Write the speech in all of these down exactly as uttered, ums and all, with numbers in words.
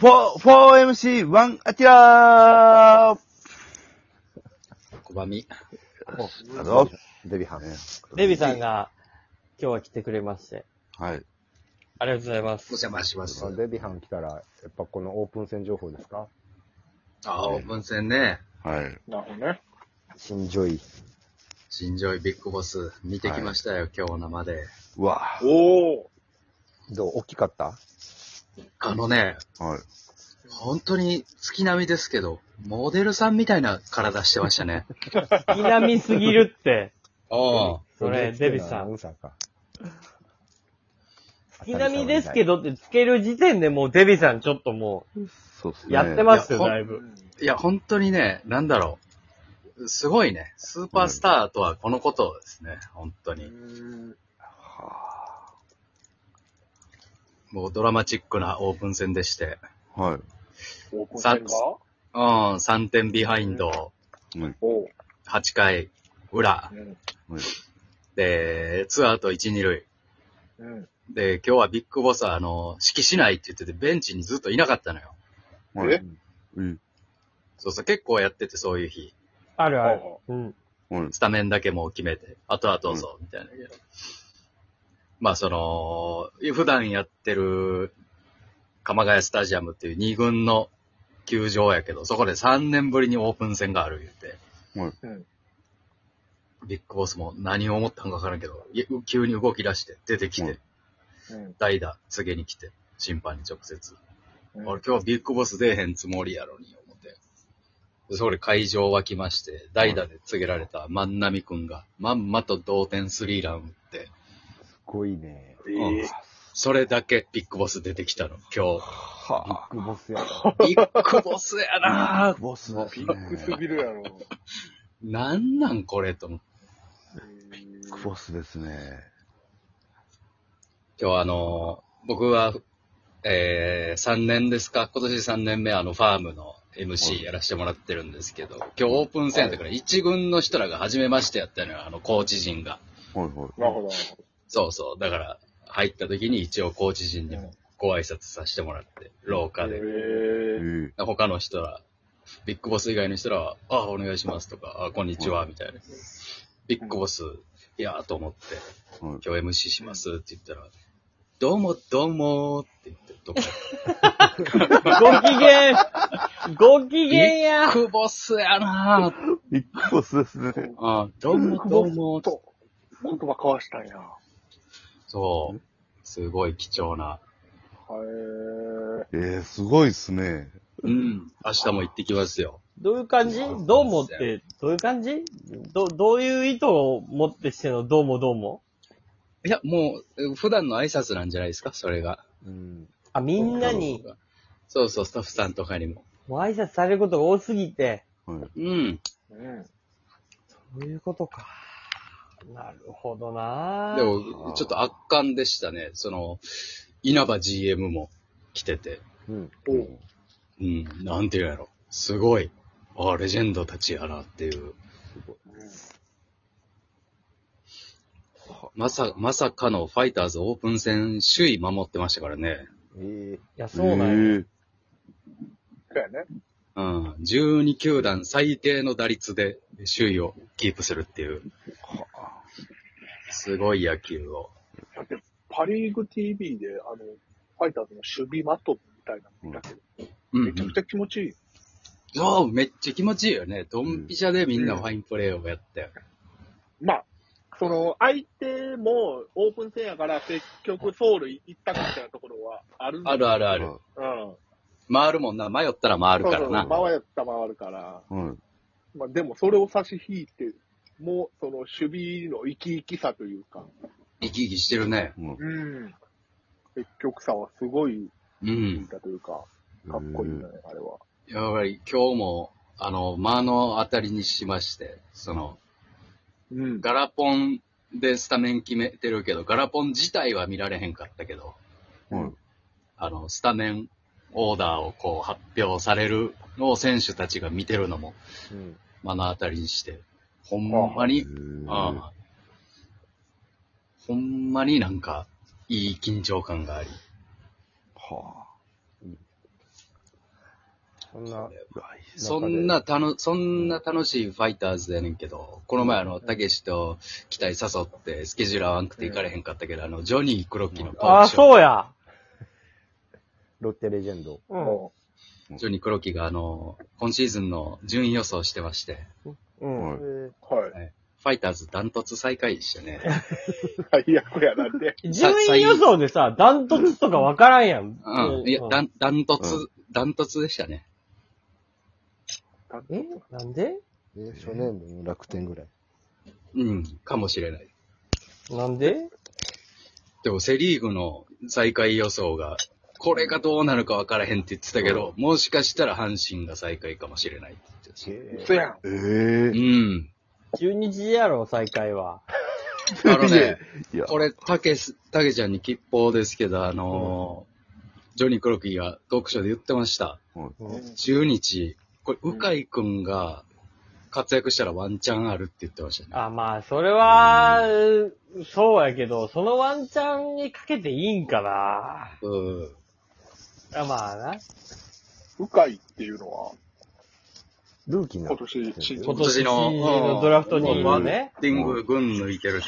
フォー、フォーエムシーワン アキラー小ばみ。 あどうデビハン。 デビさんが今日は来てくれまして。 はい。 ありがとうございます。 お邪魔します。 デビハン来たら、やっぱこのオープン戦情報ですか？ ああ、オープン戦ね。 はい。 なるほどね。 新ジョイ。 新ジョイビッグボス、見てきましたよ、はい、今日生で。 うわおお。 どう大きかった？ あのね、 はい。 本当に月並みですけど、モデルさんみたいな体してましたね。 月並みすぎるって。 ああ。 それ、デビさん。 月並みですけどってつける時点でもうデビさんちょっともう、 そうっすね。 やってますよ、だいぶ。 いや、本当にね、なんだろう。すごいね。スーパースターとはこのことですね、本当に。もうドラマチックなオープン戦でして。 はい。 オープン戦がうん、さんてんビハインド。 うん、 はちかい裏。 うん、 で、ツーアウトいち、に塁。うん、で、今日はビッグボスは、あの、指揮しないって言ってて、ベンチにずっといなかったのよ。 えうん。 そうそう、結構やってて、そういう日。 あるある。うん。 スタメンだけもう決めて、あとはどうぞ、みたいなけど。まあ、その、普段やってる、鎌ヶ谷スタジアムっていうに軍の球場やけど、そこでさんねんぶりにオープン戦がある言うて。うん。ビッグボスも何を思ったんかわからんけど、急に動き出して出てきて、うん、代打告げに来て、審判に直接。うん、俺今日ビッグボス出えへんつもりやろに思って。それ会場湧きまして、代打で告げられた万波くんがまんまと同点スリーラン打って。 すごいね。 うん。それだけビッグボス出てきたの、今日。 はぁ。ビッグボスやな。ビッグボスやなぁ。 ビッグボスですね。 ビッグすぎるやろ。 なんなんこれと思って。 ビッグボスですね。 今日あの、僕は、えー、さんねんですか、今年さんねんめあの、ファームの エムシー やらせてもらってるんですけど、今日オープン戦だから一軍の人らが初めましてやったのよ、あの、コーチ陣が。 はいはい。 なるほど。 そうそう。だから、入った時に一応コーチ陣にもご挨拶させてもらって、廊下で。 へー。 他の人ら、ビッグボス以外の人らは、あ、お願いしますとか、あ、こんにちは、みたいな。ビッグボス、いやーと思って、今日 エムシー しますって言ったら、どうもどうもって言って、どこご機嫌ご機嫌やビッグボスやなぁ。 ビッグボスですね。 あどうもどうもと、言葉交わしたんや。 そう。すごい貴重な。 へえー、すごいっすね。 うん。明日も行ってきますよ。 どういう感じどうもって、どういう感じど、どういう意図を持ってしてのどうもどうもいや、もう、普段の挨拶なんじゃないですか、それが。 うん。 あ、みんなに。 そうそう、スタッフさんとかにも。 もう挨拶されることが多すぎて。 うん。うん。 そういうことか。なるほどなぁ。 でも、ちょっと圧巻でしたね。その、稲葉 ジーエム も来てて。 うん。 うん。なんていうんやろ。すごい。ああ、レジェンドたちやなっていう。まさ、まさかのファイターズオープン戦首位守ってましたからね。 ええいや、そうなんや。 そうやね。 うん。じゅうに球団最低の打率で首位をキープするっていう。すごい野球を。 だって、パリーグ ティーブイ で、あの、ファイターズの守備マットみたいなの見たけど、 うん、 めちゃくちゃ気持ちいい。 そう、めっちゃ気持ちいいよね。ドンピシャでみんなファインプレーをやって。 うん、まあ、その、相手もオープン戦やから積極走塁一択みたいなところはあるんだあるあるある。 うん。 回るもんな。迷ったら回るからな。 そうそう回ったら回るから。 うん。 まあでもそれを差し引いて、もうその守備の生き生きさというか。 生き生きしてるね。 うん。 うん。積極さはすごい、 うん。 だというか、かっこいいね、あれは。 やっぱり今日も、あの、間の当たりにしまして、その、 うん。 ガラポンでスタメン決めてるけど、ガラポン自体は見られへんかったけど、 うん。 あの、スタメンオーダーをこう発表されるのを選手たちが見てるのも、 うん。 目の当たりにして、ほんまに、ああほんまになんか、いい緊張感があり。 はそんな、 そんなたの、そんな楽しいファイターズやねんけど、この前あの、たけしと期待誘ってスケジュール合わんくて行かれへんかったけど、あの、ジョニー黒木のトークショー。 ああ、そうや。 ロッテレジェンド。 うん。 もジョニー黒木があの、今シーズンの順位予想してまして、 うん。 はい。 う、はい。 ファイターズダントツ最下位でしたね。 最悪やなんで。 順位予想でさ、ダントツとかわからんやん。 うん。いや、ダン、ダントツ、 うダントツでしたね。 えなんでえ、初年度の楽天ぐらい。 うん、かもしれない。 なんででもセリーグの最下位予想が、これがどうなるか分からへんって言ってたけど、もしかしたら阪神が最下位かもしれないって言ってた。 嘘やん。 ええうん。 中日やろ、最下位は。 あのね、 いや、 これ、たけす、たけちゃんに吉報ですけど、あのージョニー・クロキーがトークショーで言ってました。 うん中日、これ、鵜飼くんが活躍したらワンチャンあるって言ってましたね。 あ、まあ、それは、そうやけど、そのワンチャンにかけていいんかな。 うん。 あまあな。 深いっていうのは、 ルーキーな今。年、新今人。 年ののドラフトにいるね。 バッティング群抜いてるって。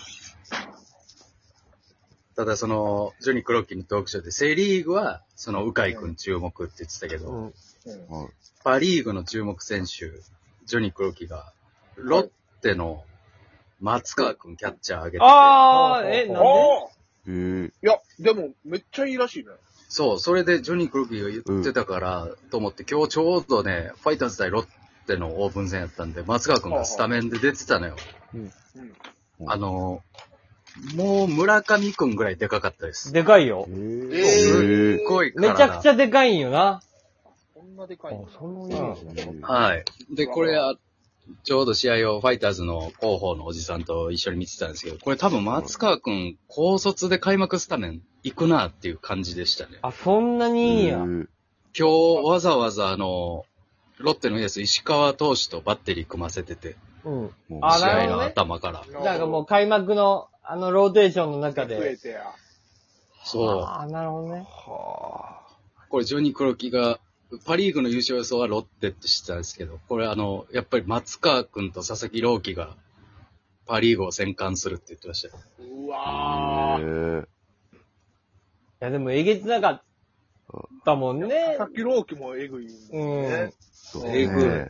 ただその、ジョニー・クロッキーのトークショーで、セリーグは、その、鵜飼くん注目って言ってたけど、 うん。 うんパリーグの注目選手、ジョニー・クロッキーが、ロッテの松川くんキャッチャー上げてて、 ああ、え、なんでああええいや、でも、めっちゃいいらしいね。 そう、それでジョニー・クロッキーが言ってたから、と思って、今日ちょうどね、ファイターズ対ロッテのオープン戦やったんで、松川くんがスタメンで出てたのよ。 うん。 あの、もう村上くんぐらいでかかったです。 でかいよえ。 えー、 すっごい体。 めちゃくちゃでかいんよな。 こんなでかいんだあ、そのイメージだね。 はい。で、これは、ちょうど試合をファイターズの広報のおじさんと一緒に見てたんですけど、これ多分松川くん、高卒で開幕スタメン行くなっていう感じでしたね。 あ、そんなにいいんや。 今日わざわざあの、ロッテのエース石川投手とバッテリー組ませてて、 うん。 もうあ試合のなるほどね頭から。 だからもう開幕の、あの、ローテーションの中増えで。 てや。 そう。 ああ、なるほどね。 はこれジョニー・クロキが、パリーグの優勝予想はロッテって知ってたんですけど、これあの、やっぱり松川くんと佐々木朗希がパリーグを戦艦するって言ってましたよ。 うあ。 わー。 えいや、でもえげつなかったもんね佐。々木朗希もえぐいもんね。 そうえぐい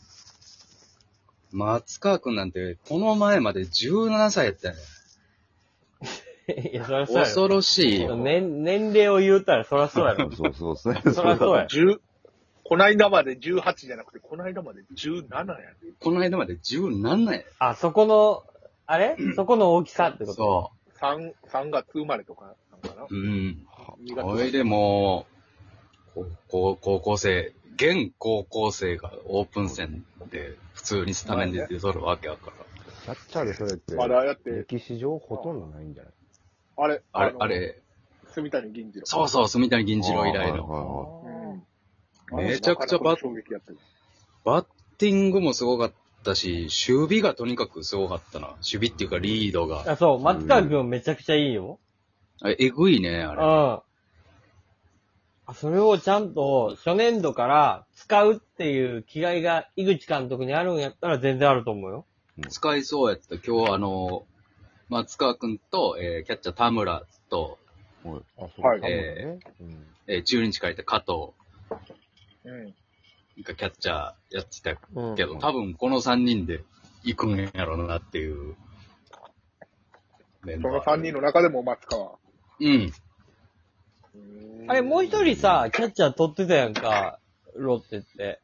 松川くんなんて、この前までじゅうななさいやったよね。 いや、そりゃそうやろ。 恐ろしいよ。 年、年齢を言うたらそりゃそうやろ。 そうそうですね。 そりゃそうや。 じゅう、こないだまでじゅうはちじゃなくて、こないだまでじゅうななやで。 この間までじゅうななや。 あ、そこの、あれそこの大きさってことそ三、三月生まれとかなんかなう。。うん。 にがつこれでもう、高高校生、現高校生がオープン戦で普通にスタメンで出とるわけやから。 キャッチャーでそれって、 まだやって、 歴史上ほとんどないんじゃないあれ、 あれ、 のあ、れ、 住谷銀次郎。 そうそう、住谷銀次郎以来の。 の。 うん。 めちゃくちゃバッ衝撃やってる。 バッティングもすごかったし、守備がとにかくすごかったな。守備っていうかリードが。 あ、そう、松川くんめちゃくちゃいいよ。 あれえぐいね、あれ。 うん。あ、それをちゃんと初年度から使うっていう気概が井口監督にあるんやったら全然あると思うよ。 使いそうやった。今日あの、松川くんと、えーキャッチャー田村と、 あ、そうはいかもね。うん。 えー中日からいた加藤うん。 がキャッチャーやってたうん。 けど、多分このさんにんで行くんやろうなっていうメンバー。 そのさんにんの中でも松川。 うん。 あれ、もう一人さ、キャッチャー取ってたやんか、ロッテって。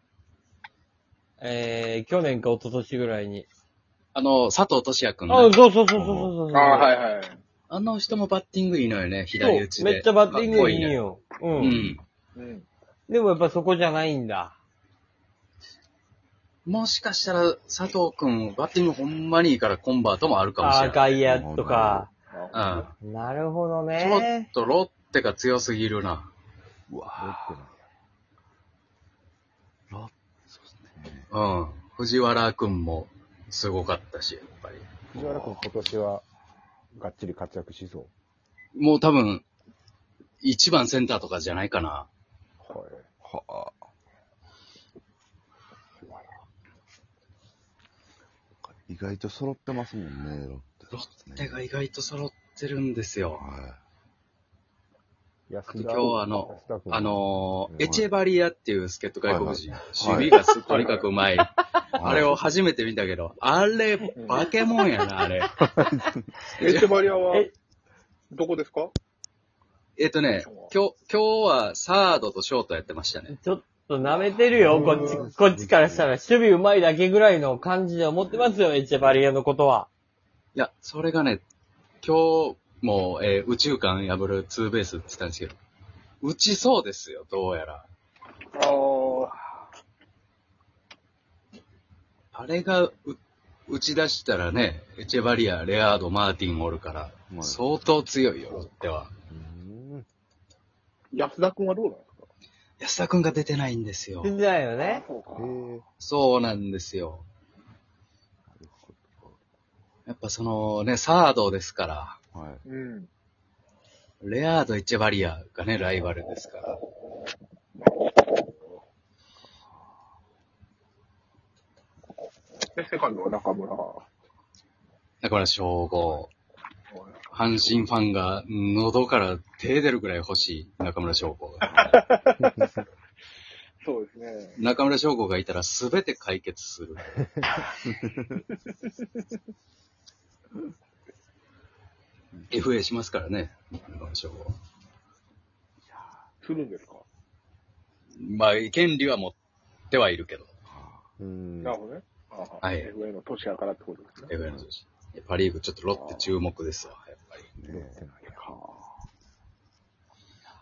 えー、去年か一昨年ぐらいに。 あの、佐藤俊也くんねあ、そうそうそうそうそうそう。 ああ、はいはい。 あの人もバッティングいいのよね、 そう左打ちで。 めっちゃバッティングいいかっよ。うこいいね。 ん。 うん。 でもやっぱそこじゃないんだ。 うん。もしかしたら佐藤くん、バッティングほんまにいいからコンバートもあるかもしれない。 あ外野とか。 うん。 なるほどちょっね。 とロッテが強すぎるな。 うわロッテそうですね。 うん。藤原くんもすごかったし、やっぱり。 藤原君今年はがっちり活躍しそもう多分、一番センターとかじゃないかな。 う。はい。 はあ。 意外と揃ってますもんね、ロッテ。 ロッテが意外と揃ってるんですよ。 は安田あと今日はあの、 安田君あのー、 うんエチェバリアっていう助っ人外国人、 はいはい守備がすとにかくうまい。 い。 あれを初めて見たけど、あれ、化け物やな、あれ。 エチェバリアはえ、 どこですか？ えっとね、今日、今日はサードとショートやってましたね。 ちょっと舐めてるよ、こっち、こっちからしたら。守備うまいだけぐらいの感じで思ってますよ、エチェバリアのことは。 いや、それがね、今日も、えー宇宙間破るツーベースって言ったんですけど、打ちそうですよ、どうやら。 ああ、 あれがう打ち出したらね、エチェバリア、レアード、マーティンおるから、 い相当強いよ、ロッテは。 うん安田君はどうなんですか？ 安田くんが出てないんですよ。 全然ないよね。 そうか。 へえ。 そうなんですよ。やっぱそのね、サードですから、 はい。 うん。 レアード、エチェバリアがね、ライバルですから。 で、セカンドは中村。 中村翔吾。阪神ファンが喉から手出るぐらい欲しい中村翔吾が。 そうですね。 中村翔吾がいたら全て解決する。エフエー しますからね、中村翔吾。 するんですか？ まあ、権利は持ってはいるけど。 うん。 なるほどね。ああはいエフエー の年やからってことですね。 エフエー の女子。パリーグちょっとロッテ注目ですわ、やっぱり。 ロッテなんや